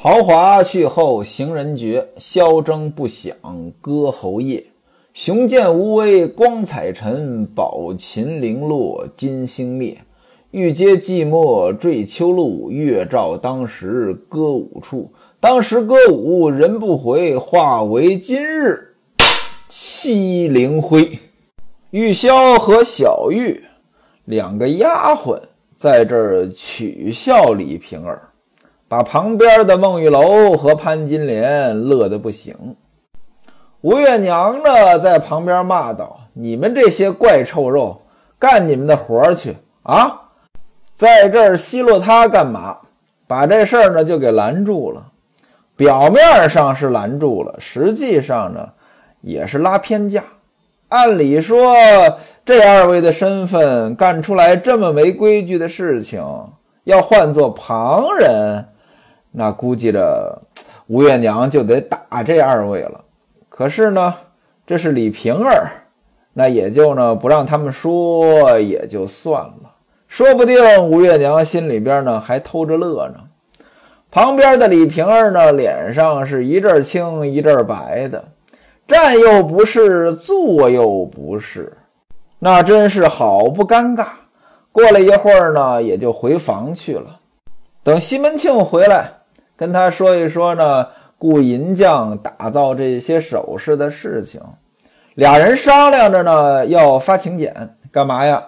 豪华去后行人绝，箫筝不响歌喉夜。雄健无威光彩沉，宝琴零落金星灭。欲接寂寞坠秋露，月照当时歌舞处。当时歌舞人不回，化为今日西陵灰。玉箫和小玉两个丫鬟在这儿取笑李瓶儿，把旁边的孟玉楼和潘金莲乐得不行。吴月娘呢在旁边骂道：你们这些怪臭肉，干你们的活去啊！在这儿奚落他干嘛？把这事儿呢就给拦住了。表面上是拦住了，实际上呢也是拉偏架。按理说这二位的身份干出来这么没规矩的事情，要换作旁人，那估计着吴月娘就得打这二位了。可是呢这是李瓶儿，那也就呢不让他们说也就算了，说不定吴月娘心里边呢还偷着乐呢。旁边的李瓶儿呢脸上是一阵青一阵白的，站又不是，坐又不是，那真是好不尴尬。过了一会儿呢也就回房去了。等西门庆回来跟他说一说呢雇银匠打造这些首饰的事情，俩人商量着呢要发请柬。干嘛呀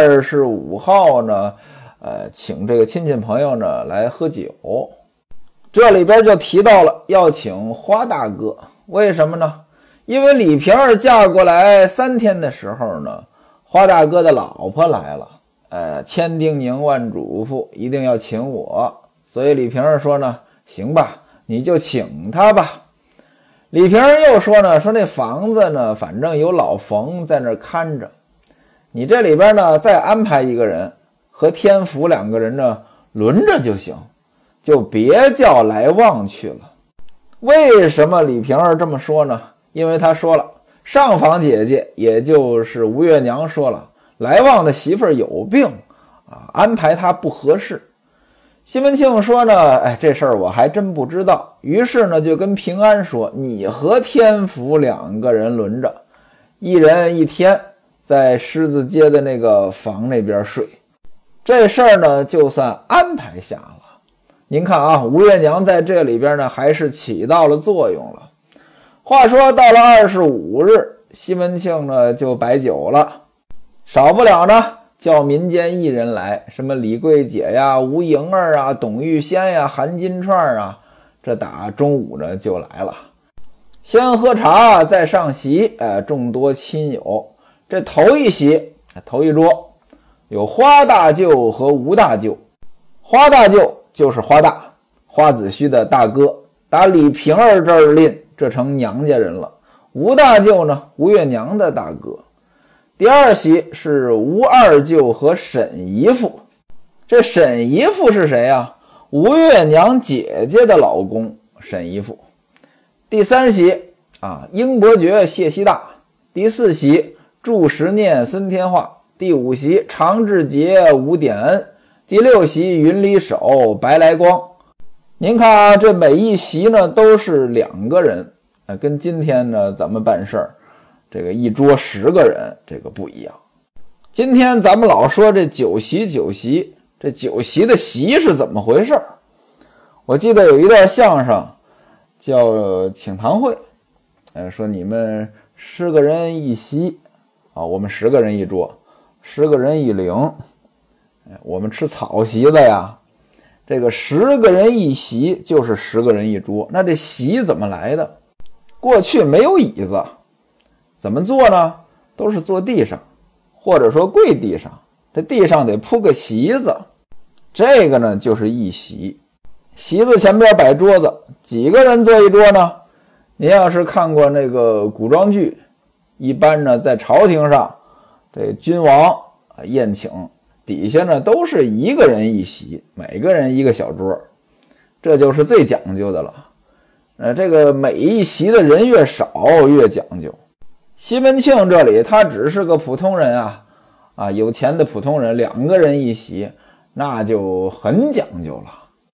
？25号呢请这个亲戚朋友呢来喝酒。这里边就提到了要请花大哥，为什么呢？因为李瓶儿嫁过来3天的时候呢，花大哥的老婆来了，千叮咛万嘱咐一定要请我，所以李瓶儿说呢，行吧，你就请他吧。李瓶儿又说呢，说那房子呢，反正有老冯在那儿看着，你这里边呢再安排一个人，和天福2个人呢轮着就行，就别叫来旺去了。为什么李瓶儿这么说呢？因为他说了，上房姐姐也就是吴月娘说了，来旺的媳妇儿有病安排他不合适。西门庆说呢，这事儿我还真不知道。于是呢就跟平安说，你和天福2个人轮着，一人1天在狮子街的那个房那边睡。这事儿呢就算安排下了。您看啊，吴月娘在这里边呢还是起到了作用了。话说到了25日，西门庆呢就摆酒了，少不了呢叫民间艺人来，什么李桂姐呀、吴莹儿啊、董玉仙呀、韩金串啊，这打中午呢就来了。先喝茶再上席，众多亲友。这头一席头一桌有花大舅和吴大舅。花大舅就是花大，花子虚的大哥，打李瓶儿这儿拎，这成娘家人了。吴大舅呢，吴月娘的大哥。第二席是吴二舅和沈姨父。这沈姨父是谁啊？吴月娘姐姐的老公沈姨父。第三席英伯爵谢希大。第四席祝时念孙天化。第五席常志杰吴典恩。第六席云里手白来光。您看啊，这每一席呢都是2个人，跟今天呢咱们办事儿这个一桌10个人这个不一样。今天咱们老说这9席9席，这9席的席是怎么回事？我记得有一段相声叫请堂会，说你们10个人一席我们10个人一桌，10个人一领，我们吃草席子呀。这个10个人一席就是10个人一桌。那这席怎么来的？过去没有椅子，怎么坐呢？都是坐地上，或者说跪地上，这地上得铺个席子，这个呢就是一席。席子前边摆桌子，几个人坐一桌呢？您要是看过那个古装剧，一般呢在朝廷上，这君王宴请底下呢都是1个人一席，每个人一个小桌，这就是最讲究的了。这个每一席的人越少越讲究。西门庆这里他只是个普通人有钱的普通人，2个人一席，那就很讲究了。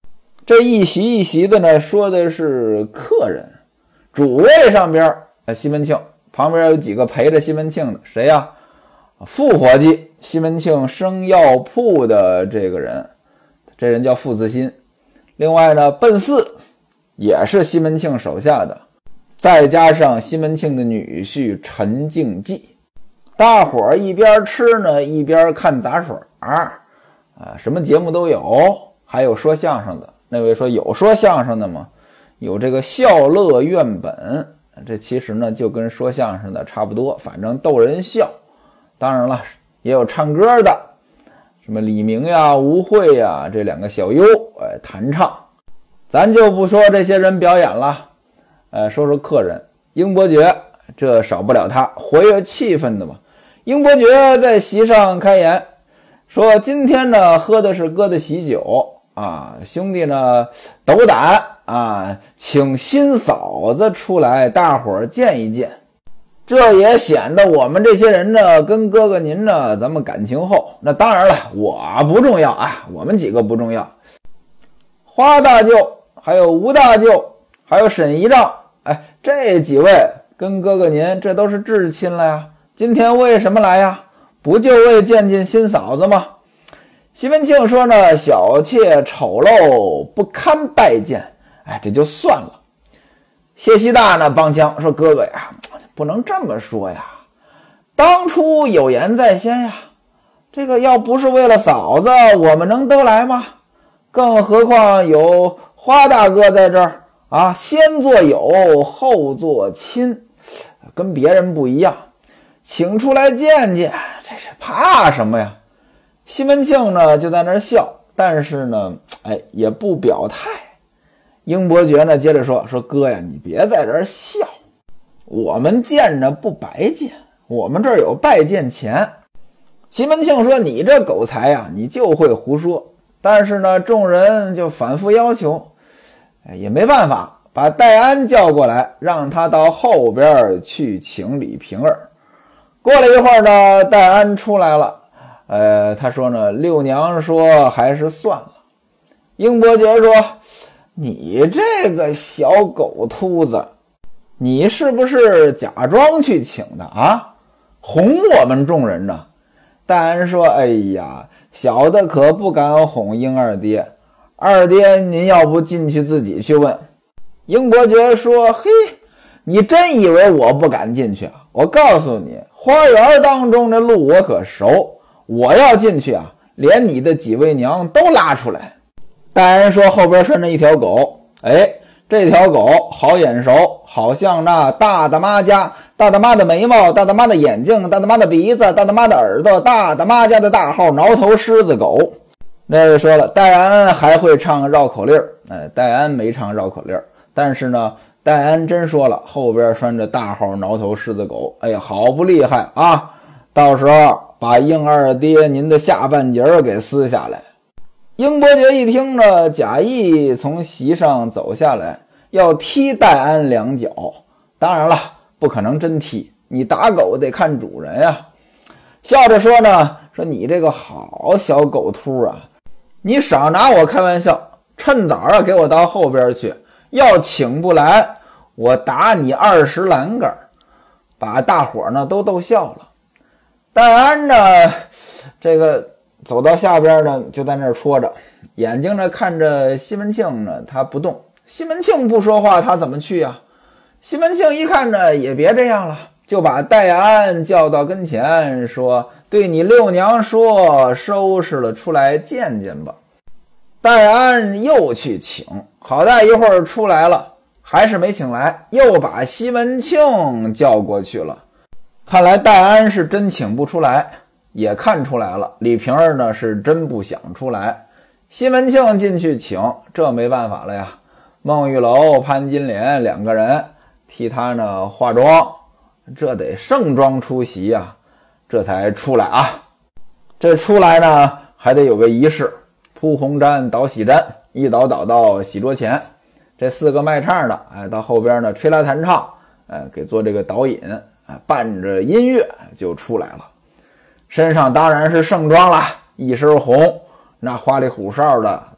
这一席一席的呢，说的是客人。主位上边西门庆，旁边有几个陪着西门庆的，谁呀？副伙计，西门庆生药铺的这个人，这人叫傅自新。另外呢，奔四也是西门庆手下的，再加上西门庆的女婿陈敬济。大伙儿一边吃呢，一边看杂水什么节目都有，还有说相声的。那位说有说相声的吗？有这个笑乐院本，这其实呢就跟说相声的差不多，反正逗人笑。当然了，也有唱歌的，什么李明呀、吴慧呀，这两个小优弹唱。咱就不说这些人表演了，说说客人。英伯爵，这少不了他，活跃气氛的嘛。英伯爵在席上开言说，今天呢喝的是哥的喜酒兄弟呢斗胆请新嫂子出来，大伙儿见一见。这也显得我们这些人呢跟哥哥您呢咱们感情厚。那当然了，我不重要我们几个不重要。花大舅还有吴大舅还有沈姨丈，这几位跟哥哥您这都是至亲了呀。今天为什么来呀？不就为见见新嫂子吗？西门庆说呢，小妾丑陋不堪拜见，这就算了。谢希大呢帮腔说，哥哥呀，不能这么说呀，当初有言在先呀，这个要不是为了嫂子，我们能都来吗？更何况有花大哥在这儿先做友后做亲，跟别人不一样，请出来见见，这是怕什么呀？西门庆呢就在那儿笑，但是呢也不表态。英伯爵呢接着说哥呀，你别在这儿笑，我们见着不白见，我们这儿有拜见钱。西门庆说，你这狗才呀，你就会胡说。但是呢众人就反复要求，也没办法，把戴安叫过来，让他到后边去请李瓶儿。过了一会儿呢，戴安出来了，他说呢，六娘说还是算了。英伯爵说，你这个小狗秃子，你是不是假装去请的哄我们众人呢？戴安说，哎呀，小的可不敢哄英二爹，二爹您要不进去自己去问。英伯爵说，嘿，你真以为我不敢进去我告诉你，花园当中的路我可熟，我要进去连你的几位娘都拉出来。戴安说，后边拴着一条狗，这条狗好眼熟，好像那大大妈家，大大妈的眉毛，大大妈的眼睛，大大妈的鼻子，大大妈的耳朵，大大妈家的大号挠头狮子狗。那位说了，戴安还会唱绕口令戴安没唱绕口令，但是呢戴安真说了，后边拴着大号挠头狮子狗，好不厉害到时候把英二爹您的下半截给撕下来。英伯爵一听呢，假意从席上走下来，要踢戴安两脚。当然了，不可能真踢，你打狗得看主人呀。笑着说呢，说你这个好小狗秃你少拿我开玩笑，趁早给我到后边去，要请不来，我打你20栏杆，把大伙呢都逗笑了。戴安呢，这个走到下边呢，就在那儿戳着，眼睛呢看着西门庆呢，他不动。西门庆不说话，他怎么去西门庆一看呢，也别这样了，就把戴安叫到跟前，说，对你六娘说，收拾了出来见见吧。戴安又去请，好大一会儿出来了，还是没请来，又把西门庆叫过去了。看来戴安是真请不出来，也看出来了，李瓶儿呢是真不想出来。西门庆进去请，这没办法了呀。孟玉楼、潘金莲两个人替他呢化妆，这得盛装出席这才出来这出来呢还得有个仪式，铺红毡倒喜毡，一倒到喜桌前。这4个卖唱的到后边呢吹拉弹唱，给做这个导引，伴着音乐就出来了。身上当然是盛装了，一身红，那花里胡哨的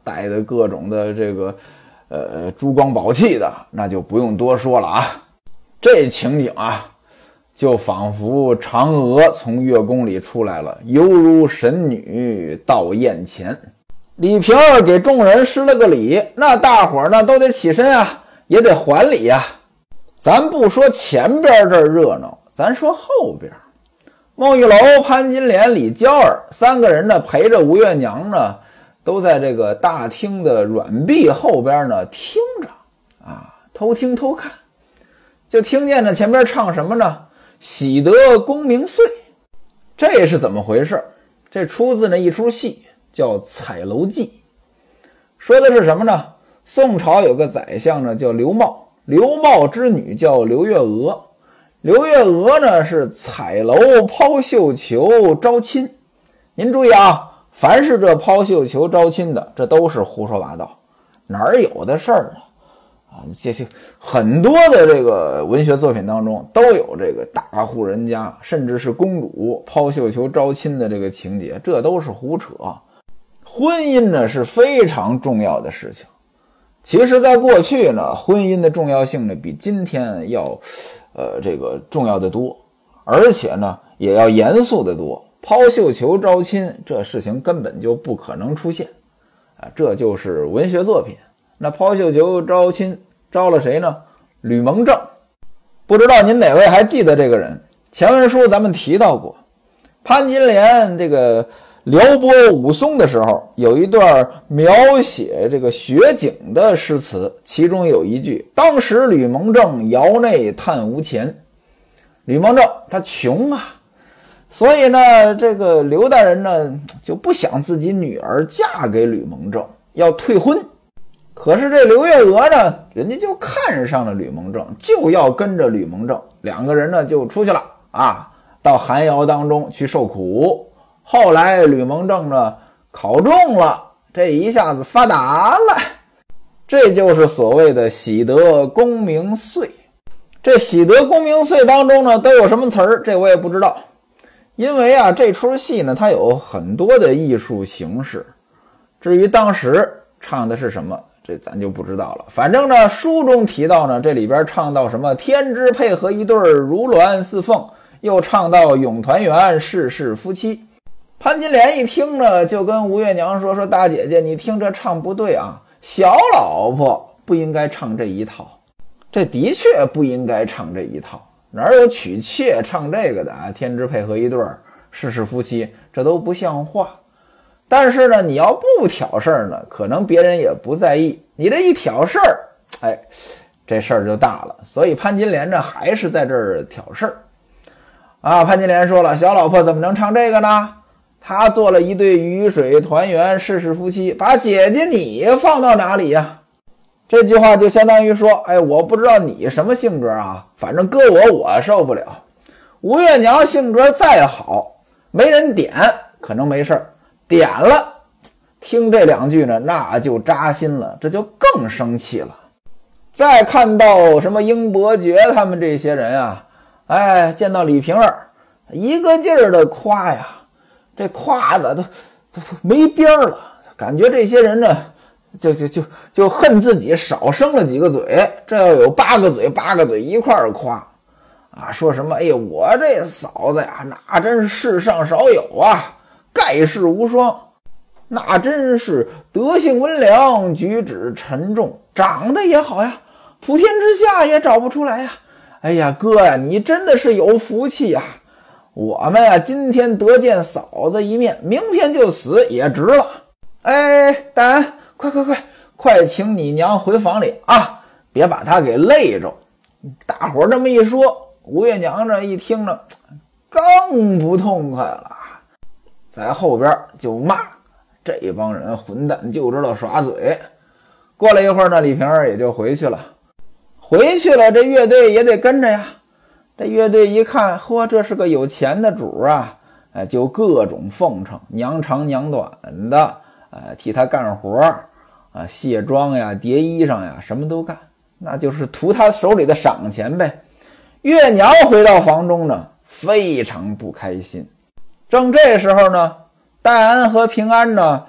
带的各种的这个珠光宝气的，那就不用多说了啊。这情景啊，就仿佛嫦娥从月宫里出来了，犹如神女到宴前。李瓶儿给众人施了个礼，那大伙儿呢都得起身啊，也得还礼啊。咱不说前边这热闹，咱说后边。孟玉楼、潘金莲、李娇儿三个人呢，陪着吴月娘呢，都在这个大厅的软壁后边呢听着啊，偷听偷看，就听见呢前边唱什么呢？喜得功名遂。这是怎么回事？这出自呢一出戏叫《彩楼记》，说的是什么呢？宋朝有个宰相呢叫刘茂，刘茂之女叫刘月娥。刘月娥呢是彩楼抛绣球招亲。您注意啊，凡是这抛绣球招亲的，这都是胡说八道，哪儿有的事儿啊？这很多的这个文学作品当中都有这个大户人家甚至是公主抛绣球招亲的这个情节，这都是胡扯。婚姻呢是非常重要的事情，其实在过去呢，婚姻的重要性呢比今天要这个重要的多，而且呢也要严肃的多。抛绣球招亲这事情根本就不可能出现啊，这就是文学作品。那抛绣球招亲招了谁呢？吕蒙正。不知道您哪位还记得这个人？前文书咱们提到过，潘金莲这个撩拨武松的时候，有一段描写这个雪景的诗词，其中有一句：当时吕蒙正窑内叹无钱。吕蒙正他穷啊，所以呢这个刘大人呢就不想自己女儿嫁给吕蒙正，要退婚。可是这刘月娥呢，人家就看上了吕蒙正，就要跟着吕蒙正，两个人呢就出去了啊，到寒窑当中去受苦。后来吕蒙正呢考中了，这一下子发达了，这就是所谓的喜得功名遂。这喜得功名遂当中呢都有什么词儿，这我也不知道，因为啊这出戏呢它有很多的艺术形式，至于当时唱的是什么，这咱就不知道了。反正呢书中提到呢，这里边唱到什么天之配合一对如鸾似凤，又唱到永团圆世世夫妻。潘金莲一听呢，就跟吴月娘说大姐姐，你听这唱不对啊，小老婆不应该唱这一套，这的确不应该唱这一套，哪有娶妾唱这个的啊？天之配合一对世世夫妻，这都不像话。但是呢你要不挑事儿呢，可能别人也不在意，你这一挑事儿，哎，这事儿就大了。所以潘金莲呢还是在这儿挑事儿啊。潘金莲说了，小老婆怎么能唱这个呢？他做了一对鱼水团圆世世夫妻，把姐姐你放到哪里呀？这句话就相当于说，哎，我不知道你什么性格啊，反正搁我受不了。吴月娘性格再好，没人点可能没事儿，点了听这两句呢那就扎心了，这就更生气了。再看到什么英伯爵他们这些人啊，哎，见到李瓶儿一个劲儿的夸呀，这夸的都没边了，感觉这些人呢就恨自己少生了几个嘴，这要有8个嘴一块儿夸啊，说什么哎呀我这嫂子呀那真是世上少有啊，盖世无双，那真是德性温良，举止沉重，长得也好呀，普天之下也找不出来呀。哎呀哥呀，你真的是有福气呀，我们呀今天得见嫂子一面，明天就死也值了。哎，大安，快请你娘回房里啊，别把她给累着。大伙这么一说，吴月娘这一听呢更不痛快了，在后边就骂这帮人混蛋就知道耍嘴。过了一会儿呢，李瓶儿也就回去了，这乐队也得跟着呀。这乐队一看，嚯，这是个有钱的主啊，就各种奉承，娘长娘短的，替他干活啊，卸妆呀，叠衣裳呀，什么都干，那就是图他手里的赏钱呗。月娘回到房中呢，非常不开心。正这时候呢，戴安和平安呢，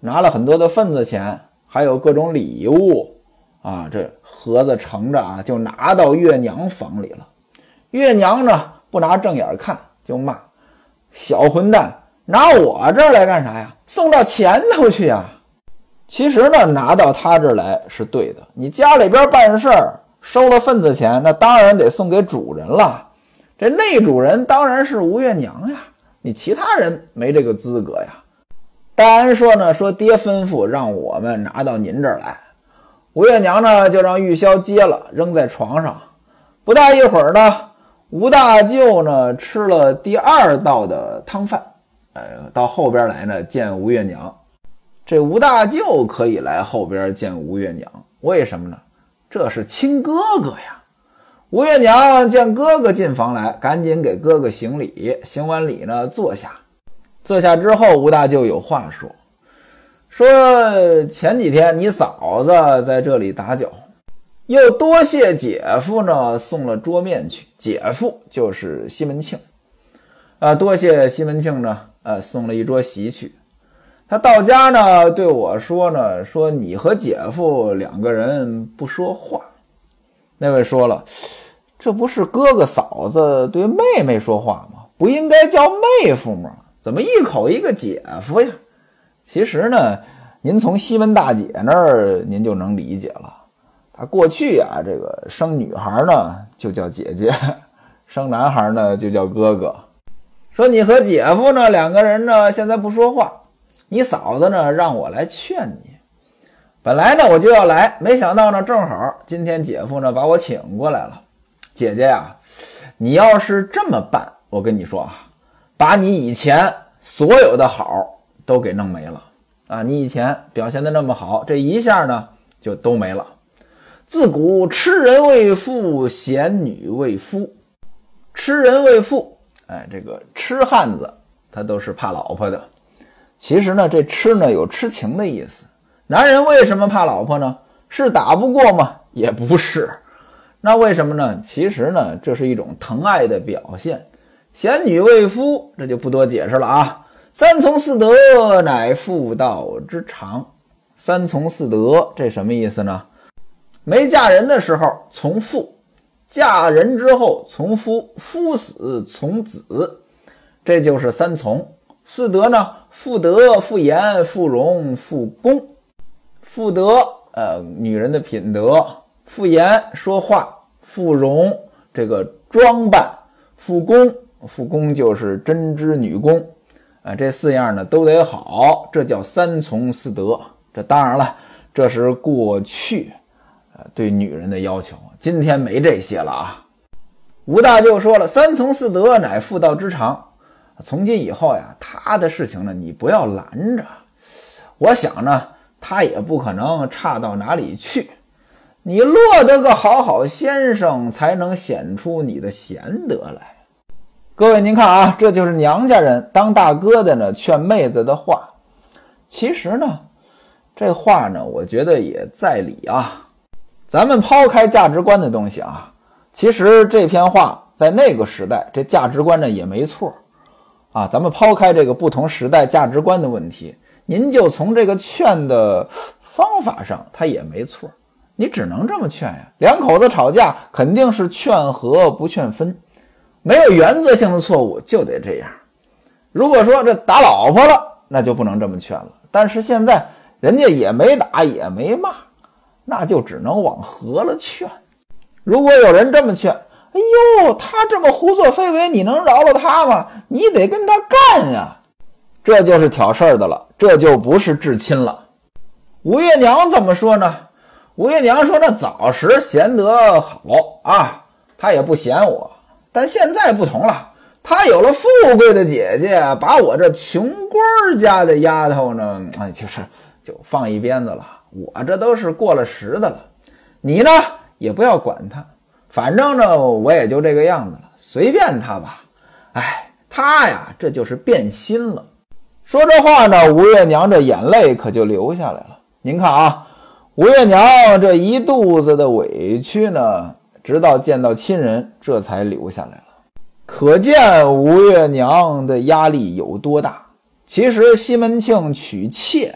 拿了很多的份子钱，还有各种礼物啊，这盒子盛着啊，就拿到月娘房里了。月娘呢不拿正眼看，就骂：小混蛋，拿我这儿来干啥呀？送到前头去呀！其实呢，拿到他这儿来是对的。你家里边办事儿收了份子钱，那当然得送给主人了。这内主人当然是吴月娘呀，你其他人没这个资格呀。戴安说呢，说爹吩咐让我们拿到您这儿来。吴月娘呢就让玉箫接了，扔在床上。不大一会儿呢，吴大舅呢吃了第2道的汤饭，到后边来呢见吴月娘。这吴大舅可以来后边见吴月娘，为什么呢？这是亲哥哥呀。吴月娘见哥哥进房来，赶紧给哥哥行礼，行完礼呢坐下。坐下之后，吴大舅有话说前几天你嫂子在这里打搅，又多谢姐夫呢送了桌面去。姐夫就是西门庆多谢西门庆呢送了一桌席去。他到家呢对我说呢，说你和姐夫2个人不说话。那位说了，这不是哥哥嫂子对妹妹说话吗？不应该叫妹夫吗？怎么一口一个姐夫呀？其实呢，您从西门大姐那儿您就能理解了。她过去啊，这个生女孩呢就叫姐姐，生男孩呢就叫哥哥。说你和姐夫呢2个人呢现在不说话，你嫂子呢让我来劝你。本来呢我就要来，没想到呢正好今天姐夫呢把我请过来了。姐姐呀，你要是这么办，我跟你说啊，把你以前所有的好都给弄没了啊！你以前表现得那么好，这一下呢就都没了。自古痴人为妇，贤女为夫。痴人为妇，这个痴汉子他都是怕老婆的。其实呢，这痴呢有痴情的意思。男人为什么怕老婆呢？是打不过吗？也不是。那为什么呢？其实呢，这是一种疼爱的表现。贤女为夫，这就不多解释了啊。3从4德，乃妇道之常。3从4德，这什么意思呢？没嫁人的时候从父，嫁人之后从夫，夫死从子，这就是3从。4德呢，妇德、妇言、妇容、妇恭。妇德女人的品德，妇言说话，妇容这个装扮，妇恭就是针织女工这4样呢都得好，这叫3从4德。这当然了，这是过去对女人的要求，今天没这些了啊。吴大舅说了，3从4德乃妇道之常。从今以后呀，他的事情呢你不要拦着，我想呢他也不可能差到哪里去。你落得个好先生，才能显出你的贤德来。各位您看啊，这就是娘家人当大哥的呢劝妹子的话。其实呢这话呢我觉得也在理啊。咱们抛开价值观的东西啊，其实这篇话在那个时代这价值观呢也没错啊。咱们抛开这个不同时代价值观的问题，您就从这个劝的方法上它也没错。你只能这么劝呀，2口子吵架肯定是劝和不劝分，没有原则性的错误就得这样。如果说这打老婆了，那就不能这么劝了。但是现在人家也没打也没骂，那就只能往和了劝。如果有人这么劝，哎呦，他这么胡作非为，你能饶了他吗？你得跟他干呀，这就是挑事儿的了，这就不是至亲了。吴月娘怎么说呢？吴月娘说，那早时贤德好啊，他也不嫌我，但现在不同了，他有了富贵的姐姐，把我这穷官家的丫头呢就放一边子了，我这都是过了时的了。你呢也不要管他，反正呢我也就这个样子了，随便他吧。他呀这就是变心了。说这话呢，吴月娘这眼泪可就流下来了。您看啊，吴月娘这一肚子的委屈呢，直到见到亲人这才流下来了。可见吴月娘的压力有多大。其实西门庆娶妾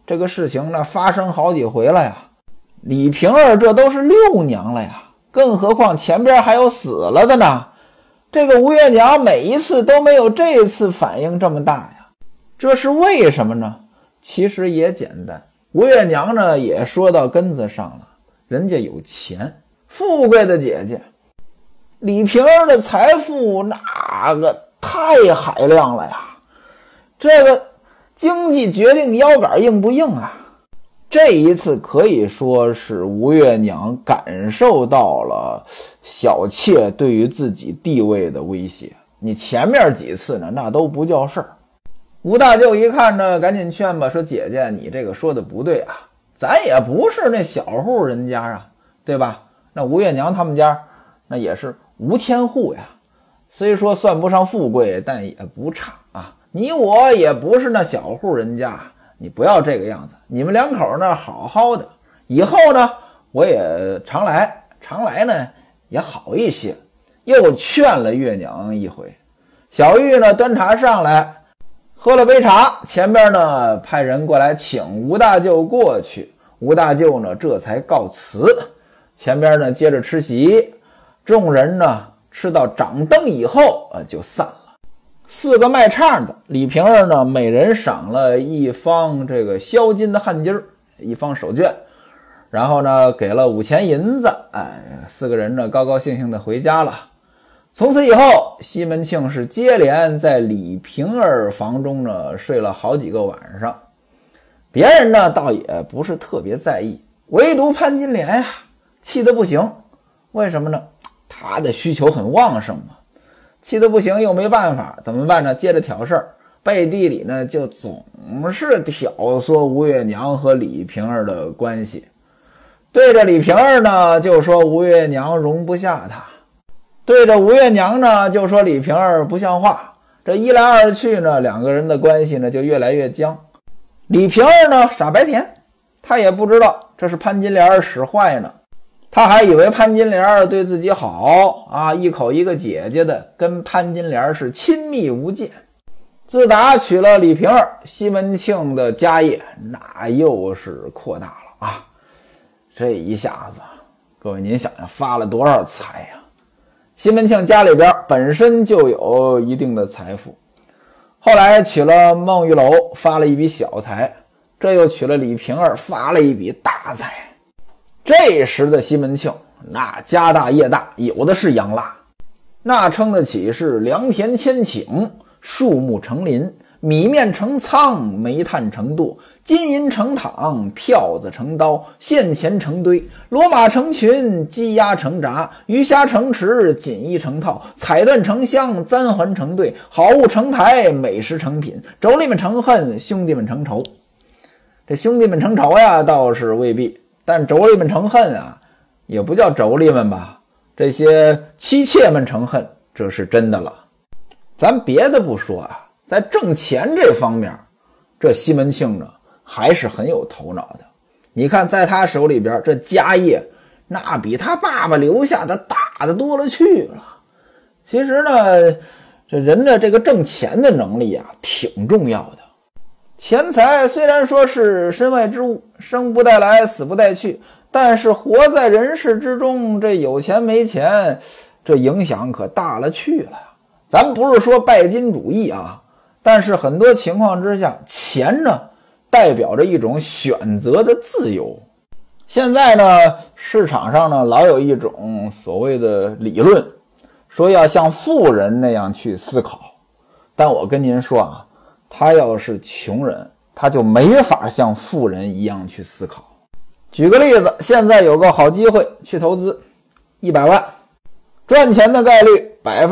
这个事情那发生好几回了呀。李瓶儿这都是6娘了呀，更何况前边还有死了的呢。这个吴月娘每一次都没有这次反应这么大呀，这是为什么呢？其实也简单，吴月娘呢也说到根子上了，人家有钱，富贵的姐姐。李瓶儿的财富那个太海量了呀，这个经济决定腰杆硬不硬啊。这一次可以说是吴月娘感受到了小妾对于自己地位的威胁，你前面几次呢那都不叫事儿。吴大舅一看呢，赶紧劝吧，说姐姐你这个说的不对啊，咱也不是那小户人家啊，对吧？那吴月娘他们家那也是无千户呀，虽说算不上富贵，但也不差啊。你我也不是那小户人家，你不要这个样子，你们两口呢好好的，以后呢我也常来呢也好一些。又劝了月娘一回。小玉呢端茶上来，喝了杯茶，前边呢派人过来请吴大舅过去。吴大舅呢这才告辞，前边呢接着吃席。众人呢吃到掌灯以后就散了。4个卖唱的，李瓶儿呢每人赏了一方这个销金的汗巾，一方手绢，然后呢给了5钱银子。4个人呢高高兴兴的回家了。从此以后，西门庆是接连在李瓶儿房中呢睡了好几个晚上。别人呢倒也不是特别在意，唯独潘金莲呀气得不行。为什么呢？他的需求很旺盛嘛，气得不行又没办法，怎么办呢？接着挑事儿，背地里呢就总是挑唆吴月娘和李瓶儿的关系。对着李瓶儿呢就说吴月娘容不下他，对着吴月娘呢就说李瓶儿不像话。这一来二去呢，2个人的关系呢就越来越僵。李瓶儿呢傻白甜，他也不知道这是潘金莲使坏呢，他还以为潘金莲对自己好啊，一口一个姐姐的，跟潘金莲是亲密无间。自打娶了李瓶儿，西门庆的家业那又是扩大了啊！这一下子，各位您想想发了多少财呀？西门庆家里边本身就有一定的财富，后来娶了孟玉楼发了一笔小财，这又娶了李瓶儿发了一笔大财。这时的西门庆那家大业大，有的是养蜡，那称得起是良田千顷，树木成林，米面成仓，煤炭成垛，金银成躺，票子成刀，现钱成堆，骡马成群，鸡鸭成闸，鱼虾成池，锦衣成套，彩缎成箱，簪环成对，好物成台，美食成品，妯娌们成恨，兄弟们成仇。这兄弟们成仇呀倒是未必，但妯娌们成恨啊，也不叫妯娌们吧，这些妻妾们成恨，这是真的了。咱别的不说啊，在挣钱这方面，这西门庆呢还是很有头脑的。你看在他手里边，这家业那比他爸爸留下的大的多了去了。其实呢，这人的这个挣钱的能力啊挺重要的。钱财虽然说是身外之物，生不带来死不带去，但是活在人世之中，这有钱没钱，这影响可大了去了。咱不是说拜金主义啊，但是很多情况之下，钱呢代表着一种选择的自由。现在呢市场上呢老有一种所谓的理论，说要像富人那样去思考，但我跟您说啊，他要是穷人，他就没法像富人一样去思考。举个例子，现在有个好机会去投资100万，赚钱的概率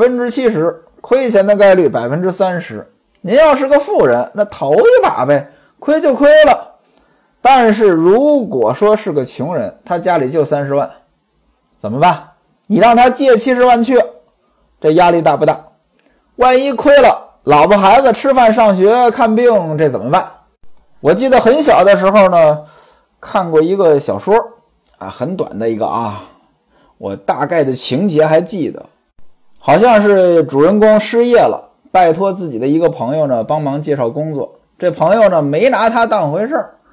70%， 亏钱的概率 30%。 您要是个富人，那投一把呗，亏就亏了。但是如果说是个穷人，他家里就30万，怎么办？你让他借70万去，这压力大不大？万一亏了，老婆孩子吃饭上学看病，这怎么办？我记得很小的时候呢，看过一个小说啊，很短的一个啊，我大概的情节还记得，好像是主人公失业了，拜托自己的一个朋友呢帮忙介绍工作，这朋友呢没拿他当回事儿，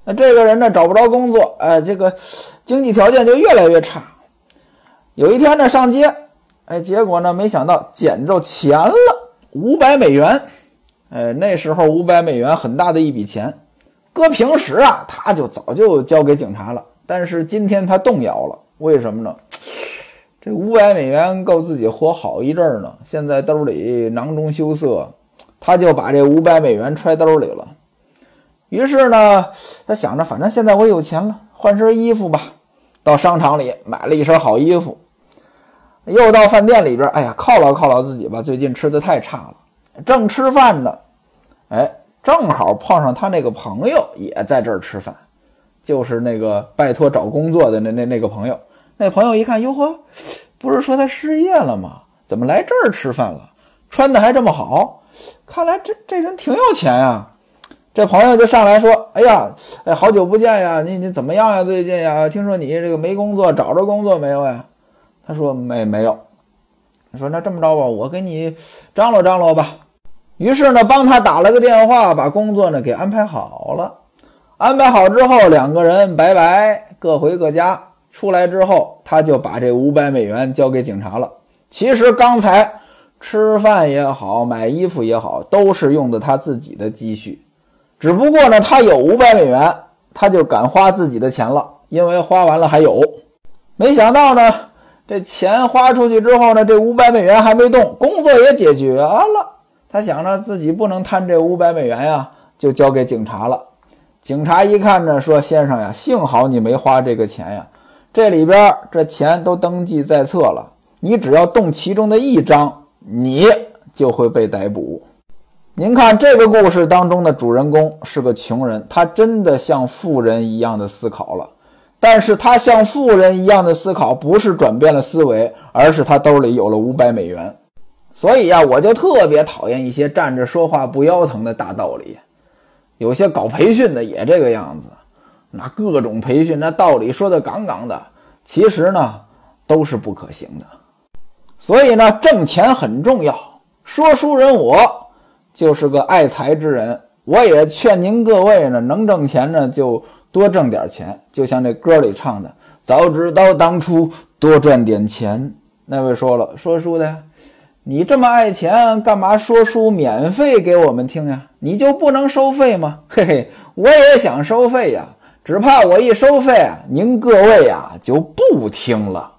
那这个人呢找不着工作，这个经济条件就越来越差。有一天呢上街，结果呢没想到捡着钱了，500美元。那时候500美元很大的一笔钱，搁平时啊他就早就交给警察了，但是今天他动摇了，为什么呢？这500美元够自己活好一阵儿呢，现在兜里囊中羞涩，他就把这500美元揣兜里了。于是呢他想着反正现在我有钱了，换身衣服吧，到商场里买了一身好衣服，又到饭店里边，犒劳犒劳自己吧，最近吃的太差了。正吃饭呢，正好碰上他那个朋友也在这儿吃饭，就是那个拜托找工作的那个朋友。那朋友一看，哟呵，不是说他失业了吗？怎么来这儿吃饭了？穿的还这么好，看来这人挺有钱呀。这朋友就上来说，好久不见呀，你怎么样呀？最近呀，听说你这个没工作，找着工作没有呀？他说没有。说那这么着吧，我给你张罗张罗吧。于是呢帮他打了个电话，把工作呢给安排好了。安排好之后，两个人拜拜，各回各家。出来之后，他就把这500美元交给警察了。其实刚才吃饭也好，买衣服也好，都是用的他自己的积蓄。只不过呢他有500美元，他就敢花自己的钱了，因为花完了还有。没想到呢这钱花出去之后呢，这500美元还没动，工作也解决了。他想着自己不能贪这500美元呀，就交给警察了。警察一看呢，说先生呀，幸好你没花这个钱呀，这里边这钱都登记在册了，你只要动其中的一张，你就会被逮捕。您看这个故事当中的主人公是个穷人，他真的像富人一样的思考了。但是他像富人一样的思考，不是转变了思维，而是他兜里有了500美元。所以我就特别讨厌一些站着说话不腰疼的大道理。有些搞培训的也这个样子，那各种培训那道理说的杠杠的，其实呢都是不可行的。所以呢挣钱很重要，说书人我就是个爱财之人，我也劝您各位呢，能挣钱呢就多挣点钱，就像这歌里唱的，早知道当初多赚点钱。那位说了，说书的呀，你这么爱钱，干嘛说书免费给我们听呀？你就不能收费吗？嘿嘿，我也想收费呀，只怕我一收费您各位就不听了。